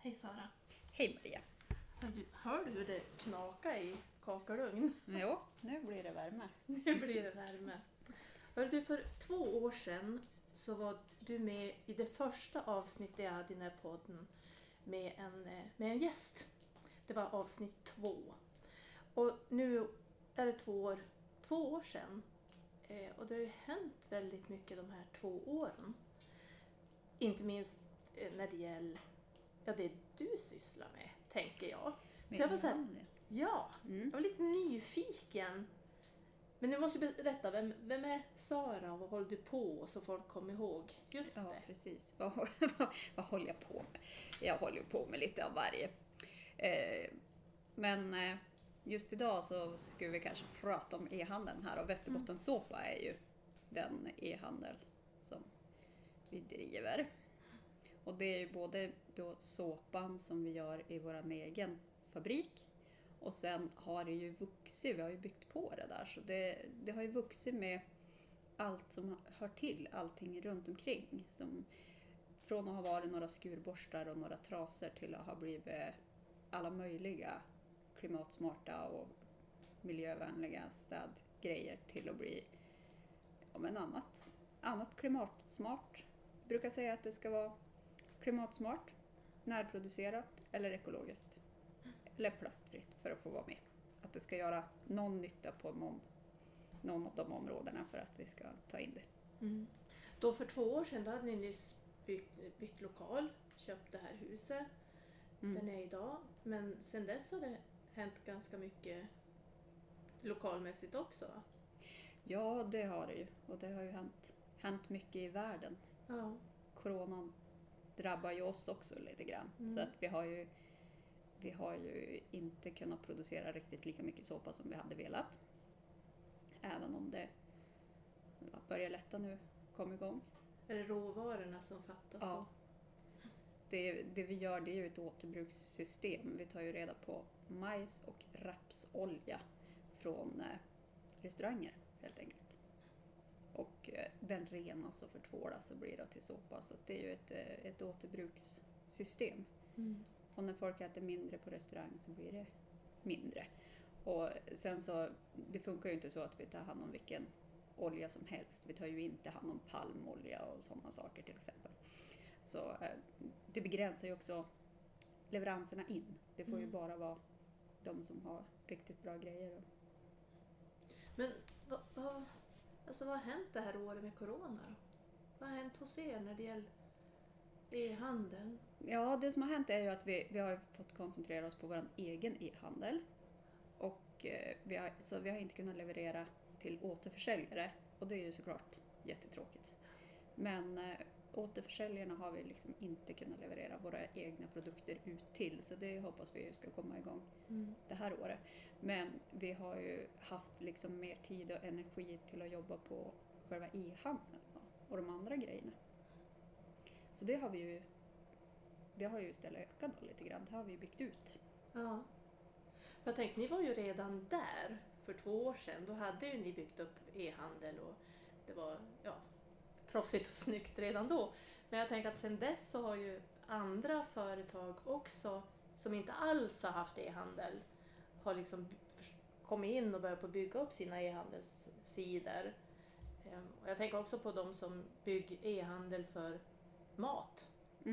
Hej Sara. Hej Maria. Hör du hur det knakar i kakelugn? Jo, nu blir det värme. Nu blir det värme. Hör du, för 2 år sedan så var du med i det första avsnittet jag hade i den här podden med en gäst. Det var avsnitt 2. Och nu är det 2 år sedan. Och det har ju hänt väldigt mycket de här 2 åren. Inte minst när det gäller det du sysslar med, tänker jag. Så jag var så här, jag var lite nyfiken. Men nu måste du berätta, vem är Sara och vad håller du på så folk kommer ihåg? Just det. Ja, precis. Vad håller jag på med? Jag håller på med lite av varje. Men just idag så ska vi kanske prata om e-handeln här. Och Västerbottens Såpa är ju den e-handel som vi driver. Och det är ju både då såpan som vi gör i vår egen fabrik. Och sen har det ju vuxit, vi har ju byggt på det där. Så det har ju vuxit med allt som hör till, allting runt omkring. Som från att ha varit några skurborstar och några trasor till att ha blivit alla möjliga klimatsmarta och miljövänliga städgrejer till att bli annat klimatsmart. Jag brukar säga att det ska vara klimatsmart, närproducerat eller ekologiskt. Eller plastfritt för att få vara med. Att det ska göra någon nytta på någon av de områdena för att vi ska ta in det. Mm. Då för 2 år sedan då hade ni nyss bytt lokal, köpt det här huset. Den är idag. Men sen dess har det hänt ganska mycket lokalmässigt också, va? Ja, det har det ju. Och det har ju hänt mycket i världen. Ja. Coronan drabbar ju oss också lite grann. Så att vi har ju inte kunnat producera riktigt lika mycket såpa som vi hade velat. Även om det börjar lätta nu, kom igång. Är det råvarorna som fattas då? Ja. Det vi gör, det är ju ett återbrukssystem. Vi tar ju reda på majs- och rapsolja från restauranger helt enkelt. Och den renas och förtvålas och blir då till såpa. Så det är ju ett återbrukssystem. Och när folk äter mindre på restaurang så blir det mindre. Och sen så, det funkar ju inte så att vi tar hand om vilken olja som helst. Vi tar ju inte hand om palmolja och sådana saker till exempel. Så det begränsar ju också leveranserna in. Det får ju bara vara de som har riktigt bra grejer. Men vad har hänt det här året med corona då? Vad har hänt hos er när det gäller e-handeln? Ja, det som har hänt är ju att vi har fått koncentrera oss på vår egen e-handel. Och vi har inte kunnat leverera till återförsäljare. Och det är ju såklart jättetråkigt. Men återförsäljarna har vi liksom inte kunnat leverera våra egna produkter ut till. Så det hoppas vi ska komma igång det här året. Men vi har ju haft liksom mer tid och energi till att jobba på själva e-handeln och de andra grejerna. Så det har ju istället ökat då lite grann. Det har vi byggt ut. Ja. Jag tänkte, ni var ju redan där för 2 år sedan. Då hade ju ni byggt upp e-handel och det var proffsigt och snyggt redan då. Men jag tänker att sen dess så har ju andra företag också som inte alls har haft e-handel har liksom kommit in och börjat på bygga upp sina e-handelssidor. Och jag tänker också på de som bygger e-handel för mat.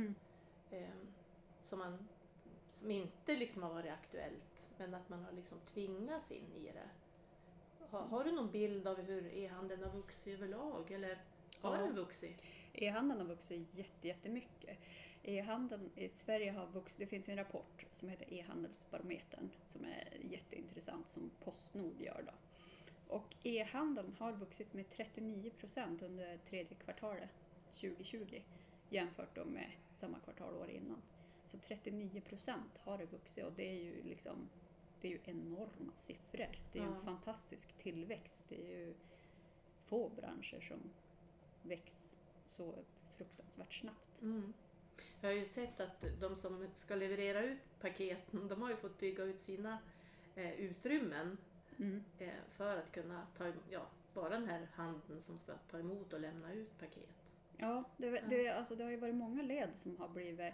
Som inte liksom har varit aktuellt, men att man har liksom tvingats in i det. Har du någon bild av hur e-handeln har vuxit överlag, eller har den vuxit? E-handeln har vuxit jättemycket. E-handeln i Sverige har vuxit, det finns en rapport som heter E-handelsbarometern som är jätteintressant som Postnord gör då. Och e-handeln har vuxit med 39% under 3:e kvartalet 2020 jämfört då med samma kvartal år innan. Så 39% har det vuxit och det är ju enorma siffror. Det är ju en fantastisk tillväxt. Det är ju få branscher som växer så fruktansvärt snabbt. Jag har ju sett att de som ska leverera ut paketen, de har ju fått bygga ut sina utrymmen för att kunna vara den här handeln som ska ta emot och lämna ut paket. Ja, det har ju varit många led som har blivit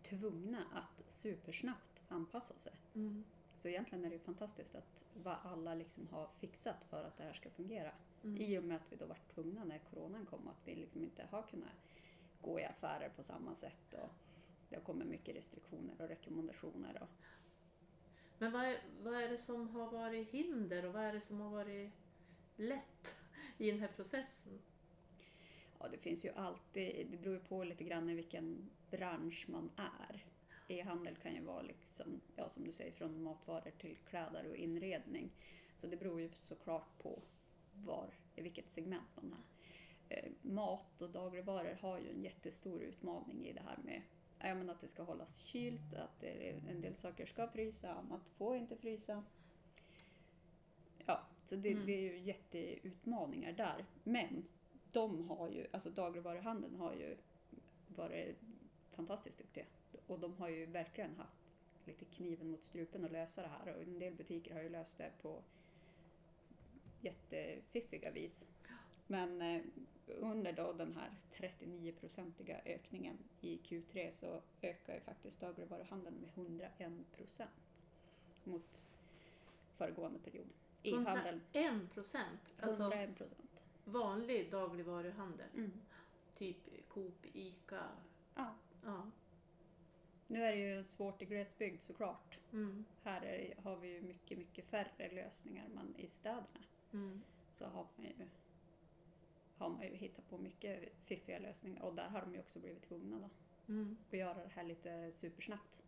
tvungna att supersnabbt anpassa sig. Mm. Så egentligen är det ju fantastiskt att vad alla liksom har fixat för att det här ska fungera. Mm. I och med att vi då var tvungna när coronan kom att vi liksom inte har kunnat gå i affärer på samma sätt. Och det har kommit mycket restriktioner och rekommendationer. Men vad är det som har varit hinder och vad är det som har varit lätt i den här processen? Ja, det finns ju alltid, det beror ju på lite grann i vilken bransch man är. E-handel kan ju vara liksom, ja, som du säger, från matvaror till kläder och inredning. Så det beror ju såklart på i vilket segment man är. Mat och dagligvaror har ju en jättestor utmaning i det här med att det ska hållas kylt, att en del saker ska frysa, annat får inte frysa. Ja, så det är ju jätteutmaningar där. Men dagligvaruhandeln har ju varit fantastiskt duktiga. Och de har ju verkligen haft lite kniven mot strupen att lösa det här. Och en del butiker har ju löst det på jättefiffiga vis. Men under då den här 39-procentiga ökningen i Q3 så ökar ju faktiskt dagligvaruhandeln med 101% mot föregående period. E-handeln 1%? Alltså 101%. vanlig dagligvaruhandel? Mm. Typ Coop, Ica? Ja. Ja. Nu är det ju svårt i glesbygd såklart. Mm. Här har vi ju mycket, mycket färre lösningar, men i städerna Mm. så har man ju hittat på mycket fiffiga lösningar och där har de ju också blivit tvungna då, att göra det här lite supersnabbt.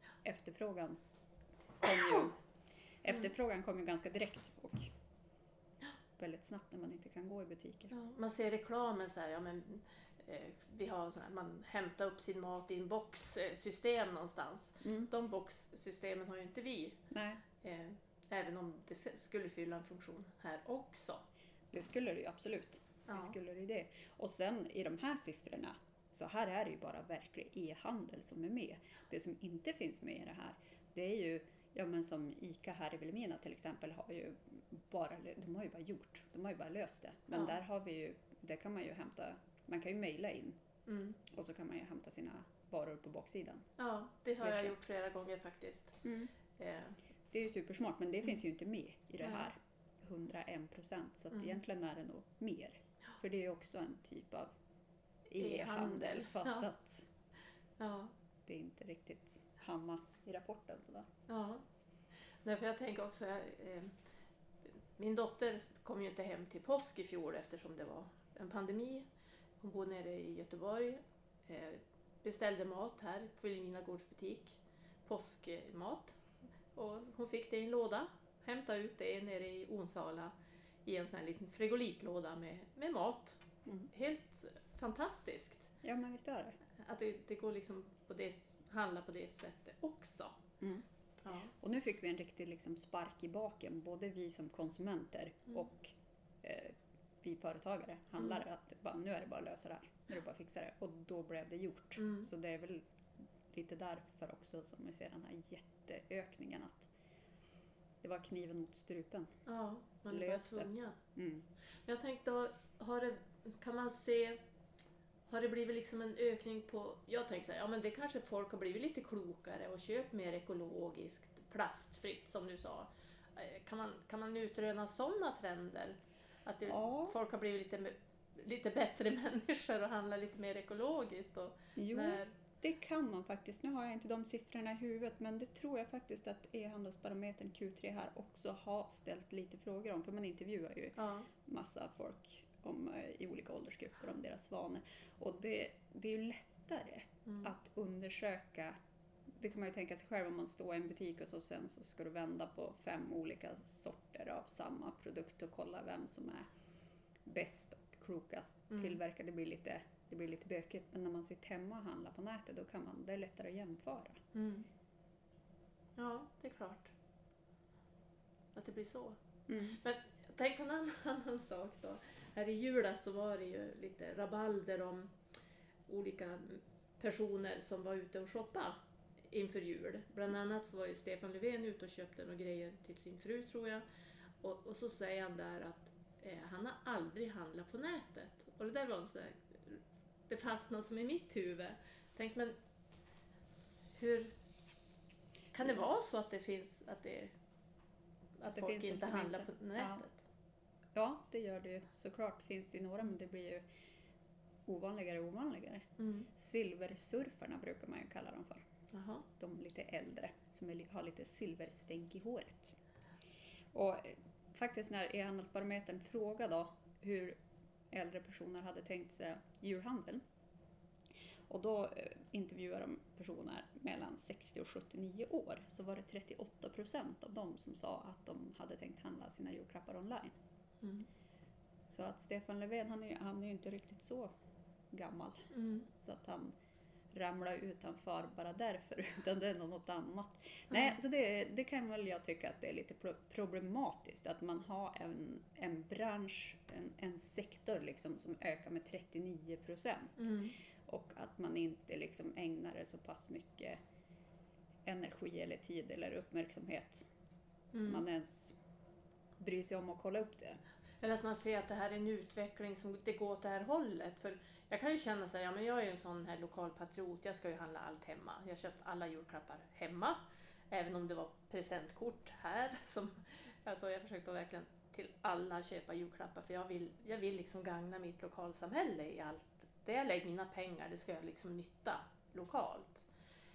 Efterfrågan kom ju ganska direkt och väldigt snabbt när man inte kan gå i butiker. Ja, man ser reklamen så här, vi har så här, man hämtar upp sin mat i en boxsystem någonstans. De boxsystemen har ju inte vi. Nej. Även om det skulle fylla en funktion här också. Det skulle det ju absolut. Ja. Det skulle det. Och sen i de här siffrorna, så här är det ju bara verklig e-handel som är med. Det som inte finns med i det här, det är ju, som Ica här i Vilhelmina till exempel de har ju bara löst det. Men där har vi ju, där kan man ju man kan ju mejla in och så kan man ju hämta sina varor på baksidan. Ja, det har jag gjort flera gånger faktiskt. Det är ju supersmart, men det finns ju inte med i det här 101%, så att egentligen är det nog mer. För det är ju också en typ av e-handel, fast att det är inte riktigt hamnar i rapporten sådär. Ja, därför jag tänker också, min dotter kom ju inte hem till påsk i fjol eftersom det var en pandemi. Hon bor nere i Göteborg, beställde mat här på Vilhelmina gårdsbutik, påskmat. Och hon fick det i en låda, hämtade ut det nere i Onsala i en sån här liten frigolitlåda med mat. Helt fantastiskt. Ja, men visst är det. Att det går liksom handla på det sättet också. Ja. Och nu fick vi en riktig liksom spark i baken, både vi som konsumenter och vi företagare, handlare, att nu är det bara att lösa det här, nu är det bara att fixa det. Och då blev det gjort. Så det är väl lite därför också som vi ser den här jätteökningen, att det var kniven mot strupen. Ja, man är bara tvungen. Mm. Jag tänkte, har det blivit liksom en ökning på, jag tänkte så här, men det kanske folk har blivit lite klokare och köpt mer ekologiskt, plastfritt som du sa. Kan man utröna sådana trender? Att folk har blivit lite bättre människor och handlar lite mer ekologiskt? Det kan man faktiskt. Nu har jag inte de siffrorna i huvudet, men det tror jag faktiskt att e-handelsbarometern Q3 här också har ställt lite frågor om. För man intervjuar ju massa folk i olika åldersgrupper om deras vanor. Och det är ju lättare att undersöka. Det kan man ju tänka sig själv om man står i en butik och sen så ska du vända på 5 olika sorter av samma produkt och kolla vem som är bäst och klokast tillverkad. Det blir lite bökigt, men när man sitter hemma och handlar på nätet, då det är lättare att jämföra. Ja, det är klart att det blir så. Men tänk på en annan sak då. Här i julas så var det ju lite rabalder om olika personer som var ute och shoppa inför jul. Bland annat så var ju Stefan Löfven ute och köpte några grejer till sin fru, tror jag. Och så säger han där att han har aldrig handlat på nätet. Och det där var det fastnade som i mitt huvud. Tänk, men hur kan det vara så att det finns att Det folk finns inte som handlar inte- på nätet? Ja, det gör det ju. Såklart finns det ju några, men det blir ju ovanligare och ovanligare. Mm. Silversurfarna brukar man ju kalla dem för. Jaha. De lite äldre som har lite silverstänk i håret. Och faktiskt när e-handelsbarometern frågade då hur äldre personer hade tänkt sig julhandeln. Och då intervjuade de personer mellan 60 och 79 år. Så var det 38% av dem som sa att de hade tänkt handla sina julklappar online. Mm. Så att Stefan Löfven, han är ju inte riktigt så gammal. Mm. Så att han ramlar utanför bara därför, utan det är något annat. Nej, så det kan väl jag tycka att det är lite problematiskt att man har en bransch, en sektor liksom som ökar med 39%. Mm. Och att man inte liksom ägnar det så pass mycket energi eller tid eller uppmärksamhet. Man ens bryr sig om att kolla upp det. Eller att man ser att det här är en utveckling som det går åt det här hållet. För jag kan ju känna så här, ja men jag är ju en sån här lokal patriot, jag ska ju handla allt hemma. Jag har köpt alla julklappar hemma. Även om det var presentkort här. Alltså jag försökte verkligen till alla köpa julklappar. För jag vill liksom gagna mitt lokalsamhälle i allt. Det jag lägger mina pengar, det ska jag liksom nytta lokalt.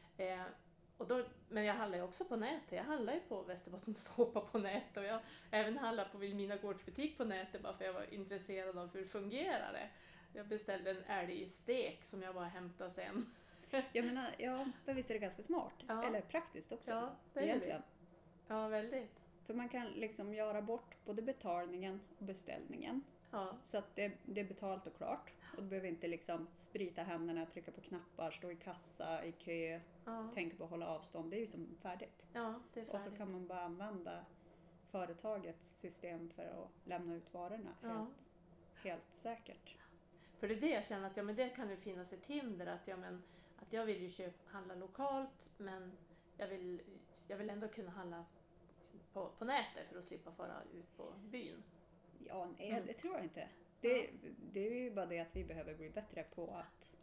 Men jag handlar ju också på nätet. Jag handlar ju på Västerbottens såpa på nätet. Och jag även handlar på Vilhelmina gårdsbutik på nätet bara för jag var intresserad av hur det fungerar. Jag beställde en älgstek som jag bara hämtade sen. Jag menar, för visst är det ganska smart. Ja. Eller praktiskt också. Ja, det är egentligen. det. Ja, väldigt. För man kan liksom göra bort både betalningen och beställningen. Ja. Så att det är betalt och klart. Och du behöver inte liksom sprita händerna, trycka på knappar, stå i kassa, i kö, tänka på att hålla avstånd. Det är ju som färdigt. Ja, det är färdigt. Och så kan man bara använda företagets system för att lämna ut varorna helt säkert. För det är det jag känner att men det kan ju finnas ett hinder att jag vill ju handla lokalt men jag vill ändå kunna handla på nätet för att slippa fara ut på byn. Ja, nej, det tror jag inte. Det är ju bara det att vi behöver bli bättre på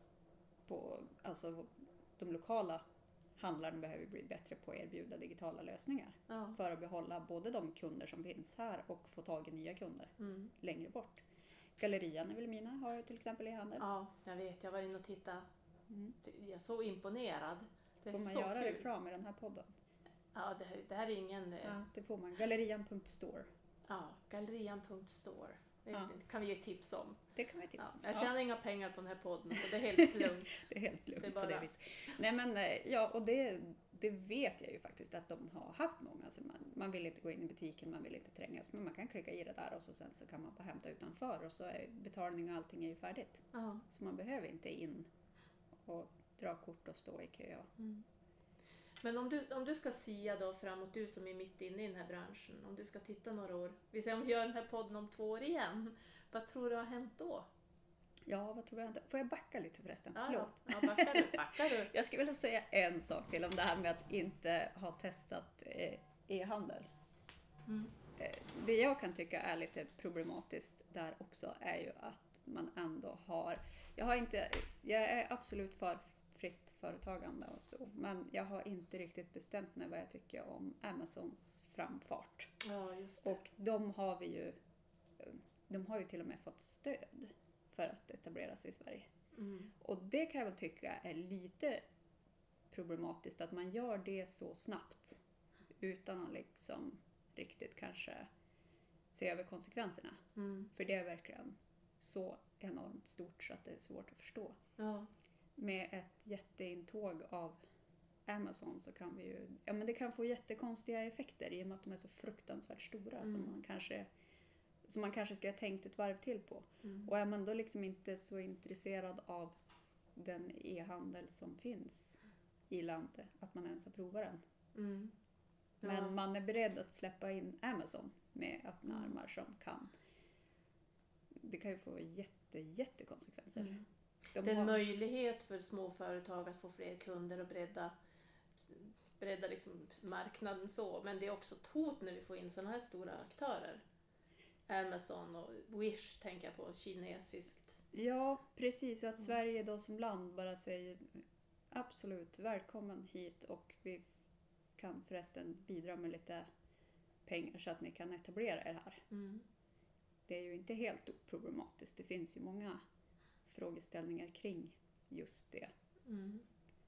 alltså de lokala handlarna behöver bli bättre på att erbjuda digitala lösningar. Ja. För att behålla både de kunder som finns här och få tag i nya kunder längre bort. Gallerian i Vilhelmina har ju till exempel e-handel. Ja, jag vet. Jag var inne och tittade. Jag är så imponerad. Det är får man så göra kul. reklam i den här podden? Ja, det här är ingen... Ja, det får man. Gallerian.store. Ja, gallerian.store. Det kan vi ge tips om. Det kan vi tipsa om. Jag tjänar inga pengar på den här podden så det är helt lugnt. Det är helt lugnt det är bara... på det viset. Nej men och det vet jag ju faktiskt att de har haft många. Så man vill inte gå in i butiken, man vill inte trängas. Men man kan klicka i det där och sen så kan man bara hämta utanför och så är betalning och allting är ju färdigt. Ja. Så man behöver inte in och dra kort och stå i kö. Men om du ska sia då framåt, du som är mitt inne i den här branschen, om du ska titta några år, vi ser om vi gör den här podden om 2 år igen, vad tror du har hänt då? Ja, vad tror jag inte? Får jag backa lite förresten? Ja, Förlåt. ja, backar du. Jag skulle vilja säga en sak till om det här med att inte ha testat e-handel. Det jag kan tycka är lite problematiskt där också är ju att man ändå har... Jag är absolut för fritt företagande och så, men jag har inte riktigt bestämt mig vad jag tycker om Amazons framfart. Ja, just det. Och de har ju till och med fått stöd för att etablera sig i Sverige. Och det kan jag väl tycka är lite problematiskt att man gör det så snabbt utan att liksom riktigt kanske se över konsekvenserna. För det är verkligen så enormt stort så att det är svårt att förstå. Ja. Med ett jätteintåg av Amazon så kan vi ju, men det kan få jättekonstiga effekter i och med att de är så fruktansvärt stora som man kanske ska ha tänkt ett varv till på. Och är man då liksom inte så intresserad av den e-handel som finns i landet att man ens har provat den. Ja. Men man är beredd att släppa in Amazon med öppna armar som kan. Det kan ju få jättekonsekvenser. Det är en möjlighet för små företag att få fler kunder och bredda liksom marknaden så. Men det är också ett hot när vi får in sådana här stora aktörer. Amazon och Wish tänker jag på, kinesiskt. Ja, precis. Och att Sverige då som land bara säger absolut. Välkommen hit, och vi kan förresten bidra med lite pengar så att ni kan etablera er här. Mm. Det är ju inte helt oproblematiskt. Det finns ju många frågeställningar kring just det. Mm.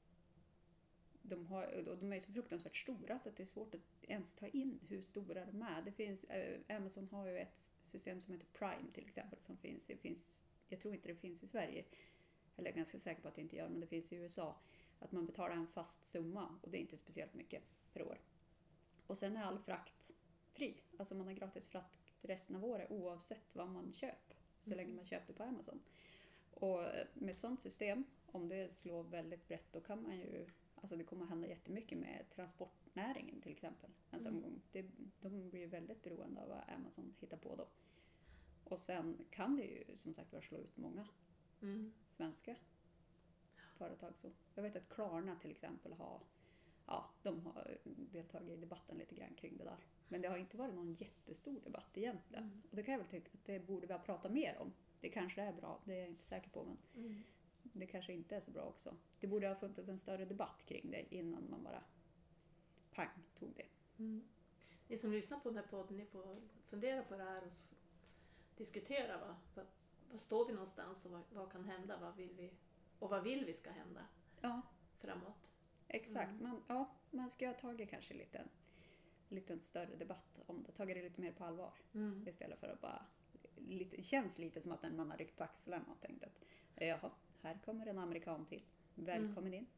De är ju så fruktansvärt stora så att det är svårt att ens ta in hur stora de är. Det finns, Amazon har ju ett system som heter Prime till exempel, som finns, jag tror inte det finns i Sverige, eller jag är ganska säker på att det inte gör, men det finns i USA, att man betalar en fast summa och det är inte speciellt mycket per år. Och sen är all frakt fri, alltså man har gratis frakt resten av året oavsett vad man köper, så länge man köper på Amazon. Och med ett sånt system, om det slår väldigt brett, då kan man ju, alltså det kommer att hända jättemycket med transportnäringen till exempel. En sån gång. De blir ju väldigt beroende av vad Amazon hittar på då. Och sen kan det ju som sagt slå ut många svenska företag. Så jag vet att Klarna till exempel de har deltagit i debatten lite grann kring det där. Men det har inte varit någon jättestor debatt egentligen. Och det kan jag väl tycka att det borde vi prata mer om. Det kanske är bra, det är jag inte säker på, men det kanske inte är så bra också. Det borde ha funnits en större debatt kring det innan man bara tog det. Ni som lyssnar på den här podden, ni får fundera på det här och diskutera vad står vi någonstans och vad kan hända, vad vill vi ska hända framåt. Exakt, man ska ha tagit kanske lite större debatt om det, tagit det lite mer på allvar istället för att bara känns lite som att man har ryckt på axlarna och tänkt att jaha, här kommer en amerikan till. Välkommen in.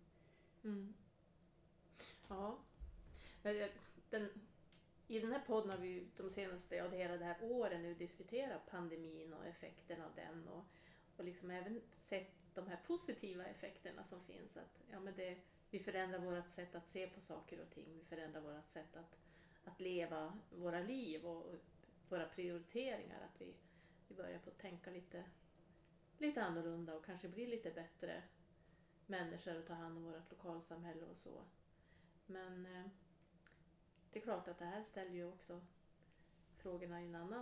Ja. I den här podden har vi ju de senaste, hela det här året nu diskuterat pandemin och effekterna av den och liksom även sett de här positiva effekterna som finns. Att vi förändrar vårt sätt att se på saker och ting. Vi förändrar vårt sätt att leva våra liv och våra prioriteringar. Att vi börjar på att tänka lite annorlunda och kanske bli lite bättre människor och ta hand om vårt lokalsamhälle och så. Men det är klart att det här ställer ju också frågorna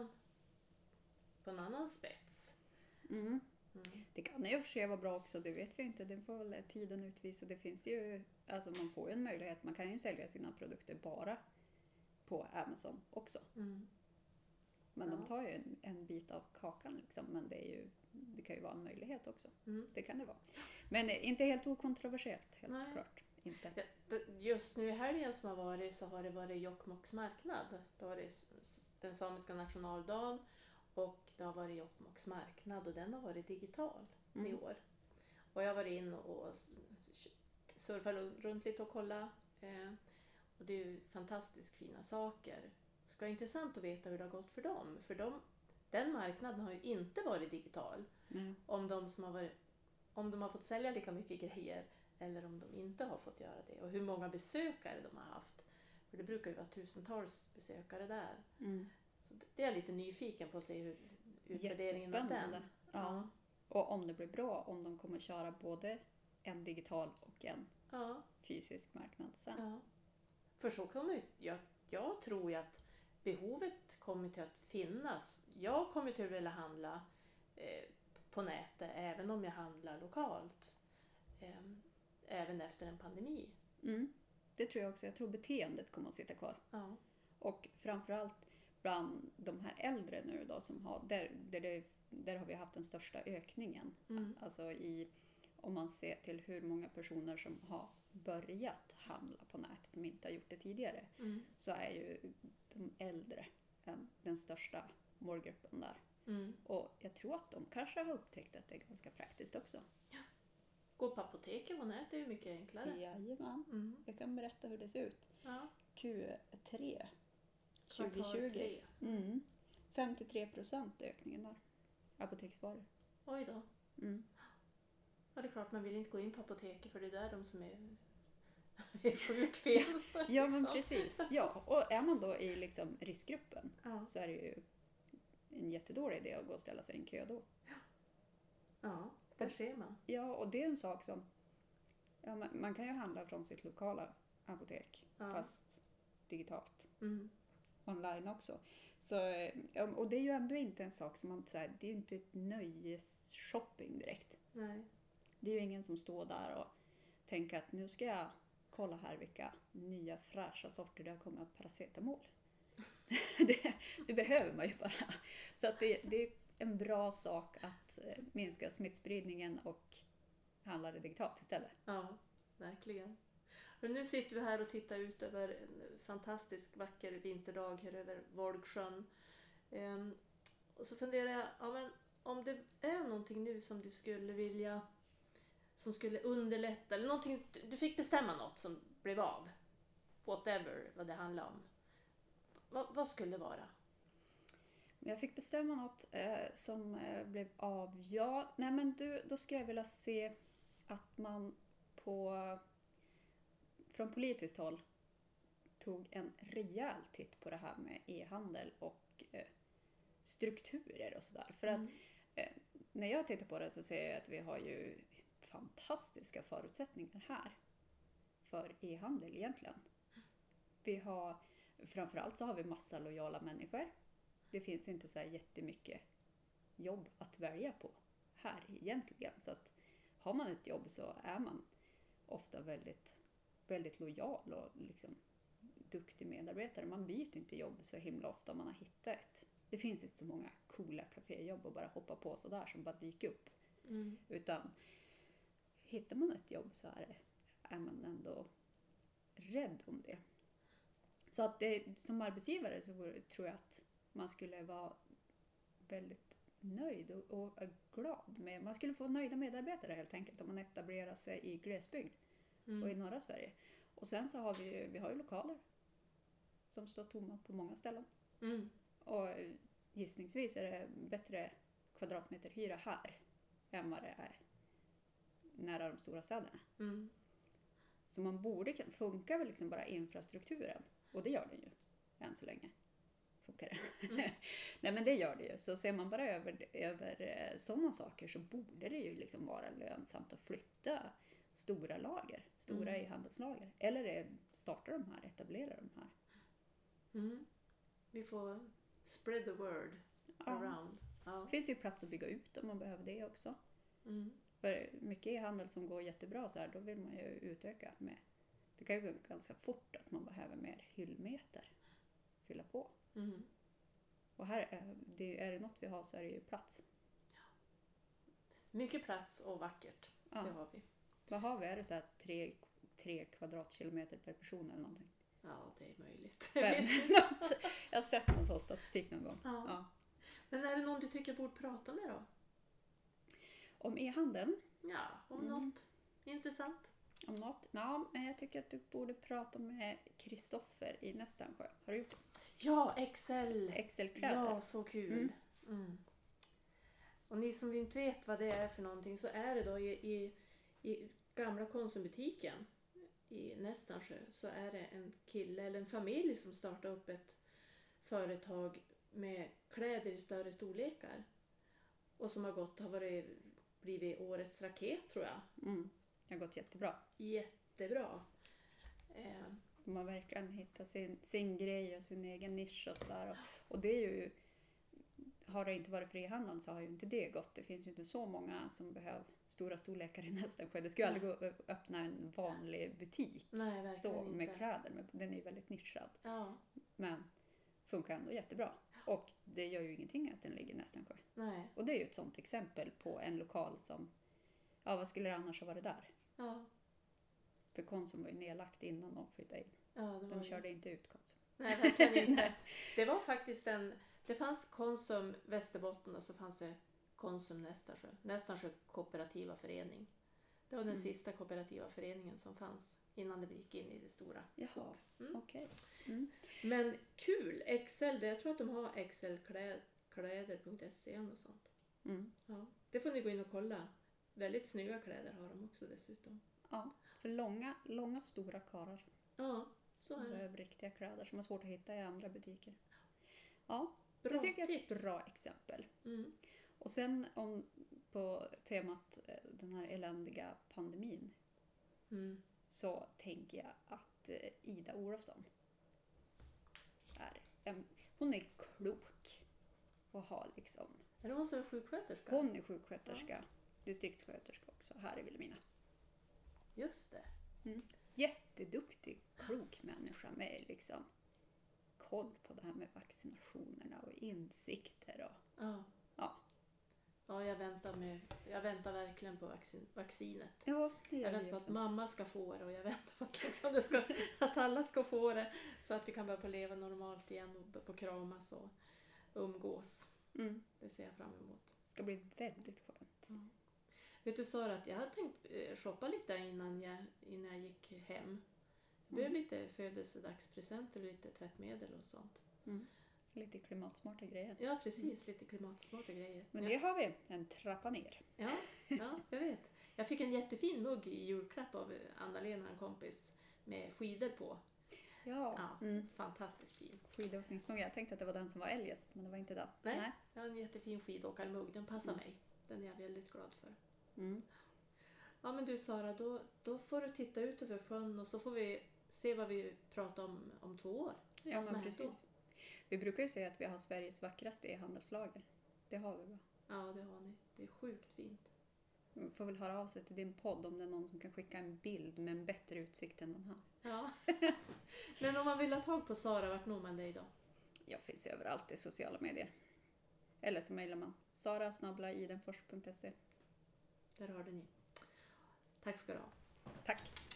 på en annan spets. Det kan ju för sig vara bra också, det vet vi inte. Det får väl tiden utvisa. Det finns ju, alltså man får ju en möjlighet, man kan ju sälja sina produkter bara på Amazon också. Men de tar ju en bit av kakan liksom, men det kan ju vara en möjlighet också. Det kan det vara. Men inte helt okontroversiellt, helt klart. Inte. Just nu i helgen som har varit så har det varit Jokkmokks marknad. Det har varit den samiska nationaldagen och det har varit Jokkmokks marknad och den har varit digital i år. Och jag har varit in och surfat runt lite och kollat. Och det är ju fantastiskt fina saker. Det ska vara intressant att veta hur det har gått för dem. För den marknaden har ju inte varit digital. Om de har fått sälja lika mycket grejer eller om de inte har fått göra det. Och hur många besökare de har haft. För det brukar ju vara tusentals besökare där. Så det är jag lite nyfiken på att se hur utvärderingen av den. Ja. Och om det blir bra, om de kommer köra både en digital och en fysisk marknad sen. Ja. För så kommer jag tror ju att behovet kommer till att finnas. Jag kommer till att vilja handla på nätet även om jag handlar lokalt. Även efter en pandemi. Det tror jag också. Jag tror beteendet kommer att sitta kvar. Ja. Och framförallt bland de här äldre nu då som har, där har vi haft den största ökningen. Alltså om man ser till hur många personer som har börjat handla på nätet som inte har gjort det tidigare, så är ju de äldre den största målgruppen där. Och jag tror att de kanske har upptäckt att det är ganska praktiskt också. Ja. Gå på apoteket på nätet är ju mycket enklare. Jajamän. Jag kan berätta hur det ser ut. Q3 2020. 53% ökningen där. Apoteksvaror. Oj då. Ja, det är klart man vill inte gå in på apoteket för det är där de som är sjuk finns. Ja, men precis. Ja, och är man då i liksom riskgruppen så är det ju en jättedålig idé att gå och ställa sig i en kö då. Ja, där ser man. Ja, och det är en sak som man kan ju handla från sitt lokala apotek fast digitalt. Online också. Så, och det är ju ändå inte en sak som man säger, det är ju inte ett nöjesshopping direkt. Nej. Det är ju ingen som står där och tänka att nu ska jag kolla här vilka nya fräscha sorter det har kommit av paracetamol. det behöver man ju bara. Så att det är en bra sak att minska smittspridningen och handla det digitalt istället. Ja, verkligen. Och nu sitter vi här och tittar ut över en fantastisk vacker vinterdag här över Volgsjön. Och så funderar jag, ja, men om det är någonting nu som du skulle vilja, som skulle underlätta, eller någonting, du fick bestämma något som blev av, whatever vad det handlar om. Vad skulle det vara? Jag fick bestämma något som blev av. Ja, nej men då skulle jag vilja se att man från politiskt håll tog en rejäl titt på det här med e-handel och strukturer och sådär. För att när jag tittar på det så ser jag att vi har ju fantastiska förutsättningar här för e-handel egentligen. Framförallt så har vi massa lojala människor. Det finns inte så här jättemycket jobb att välja på här egentligen. Så att har man ett jobb så är man ofta väldigt, väldigt lojal och liksom duktig medarbetare. Man byter inte jobb så himla ofta om man har hittat ett. Det finns inte så många coola kaféjobb att bara hoppa på sådär som bara dyker upp. Utan hittar man ett jobb så är man ändå rädd om det. Så att som arbetsgivare så tror jag att man skulle vara väldigt nöjd och glad med. Man skulle få nöjda medarbetare helt enkelt om man etablerar sig i glesbygd och i norra Sverige. Och sen så har vi har ju lokaler som står tomma på många ställen. Och gissningsvis är det bättre kvadratmeterhyra här än vad det är nära de stora städerna. Så man borde funkar väl liksom bara infrastrukturen. Och det gör den ju, än så länge. Funkar det. Nej men det gör det ju. Så ser man bara över sådana saker så borde det ju liksom vara lönsamt att flytta stora lager. Stora e-handelslager. Eller starta de här, etablera de här. Vi får spread the word around. Ja. Så finns det ju plats att bygga ut om man behöver det också. För mycket e-handel som går jättebra så här, då vill man ju utöka med. Det kan ju gå ganska fort att man behöver mer hyllmeter fylla på. Och här är det något vi har så är det ju plats. Ja. Mycket plats och vackert. Ja. Det har vi. Vad har vi? Är det så här 3 kvadratkilometer per person eller någonting? Ja, det är möjligt. 5. Jag har sett någon sån statistik någon gång. Ja. Men är det någon du tycker borde prata med då? Om e-handeln? Ja, om något intressant. Om något? Ja, men jag tycker att du borde prata med Kristoffer i Nästansjö. Har du gjort det? Ja, Excel-kläder. Ja, så kul. Och ni som inte vet vad det är för någonting så är det då i gamla Konsumbutiken i Nästansjö så är det en kille eller en familj som startar upp ett företag med kläder i större storlekar. Och som har blivit årets raket tror jag. Det har gått jättebra. Jättebra. De har verkligen hittat sin grej och sin egen nisch och sådär. Och det är ju, har det inte varit frihandeln så har ju inte det gått. Det finns ju inte så många som behöver stora storlekar i Nästansjö. Det skulle aldrig gå att öppna en vanlig butik. Nej, så med inte. kläder. Men den är ju väldigt nischad. Ja. Men funkar ändå jättebra. Och det gör ju ingenting att den ligger i Nästansjö. Nej. Och det är ju ett sånt exempel på en lokal som, ja vad skulle det annars ha varit där? Ja. För Konsum var ju nedlagt innan de flyttade in. Ja, de körde inte ut Konsum. Nej, verkligen inte. Det var faktiskt det fanns Konsum Västerbotten och så fanns det Konsum Nästansjö. Nästansjö kooperativa förening. Det var den sista kooperativa föreningen som fanns innan det gick in i det stora. Jaha, okej. Men kul! Excel, jag tror att de har excelkläder.se och sånt. Ja, det får ni gå in och kolla. Väldigt snygga kläder har de också dessutom. Ja, för långa stora karar. Ja, så är det. Riktiga kläder som är svårt att hitta i andra butiker. Ja, bra det tycker jag är tips. ett bra exempel. Och sen på temat den här eländiga pandemin så tänker jag att Ida Olofsson hon är klok och har liksom... Är det hon som är sjuksköterska? Hon är sjuksköterska, distriktssköterska också här i Vilhelmina. Just det. Jätteduktig, klok människa med liksom koll på det här med vaccinationerna och insikter. Och, Ja. ja. Ja, jag väntar verkligen på vaccinet. Ja, det Jag gör väntar vi på att också. mamma ska få det och jag väntar på att, liksom att alla ska få det så att vi kan börja på leva normalt igen och börja på kramas och umgås. Mm. Det ser jag fram emot. Det ska bli väldigt skönt. Vet du Sara, att jag hade tänkt shoppa lite innan jag gick hem. Det blev lite födelsedagspresenter och lite tvättmedel och sånt. Lite klimatsmarta grejer. Ja, precis. Lite klimatsmarta grejer. Men det har vi en trappa ner. Ja, jag vet. Jag fick en jättefin mugg i julklapp av Anna-Lena, en kompis, med skidor på. Ja. Fantastiskt fin. Skidåkningsmugg. Jag tänkte att det var den som var eljest, men det var inte den. Nej. Jag har en jättefin skidåkarmugg. Den passar mig. Den är jag väldigt glad för. Ja, men du Sara, då får du titta ut över sjön och så får vi se vad vi pratar om 2 år. Ja, som men har hänt då. precis. Vi brukar ju säga att vi har Sveriges vackraste e-handelslager. Det har vi va? Ja, det har ni. Det är sjukt fint. Vi får väl höra av sig till din podd om det är någon som kan skicka en bild med en bättre utsikt än den här. Ja. Men om man vill ha tag på Sara, vart når man dig då? Jag finns överallt i sociala medier. Eller så mejlar man sara@idenfors.se. Där har ni. Tack ska du ha. Tack!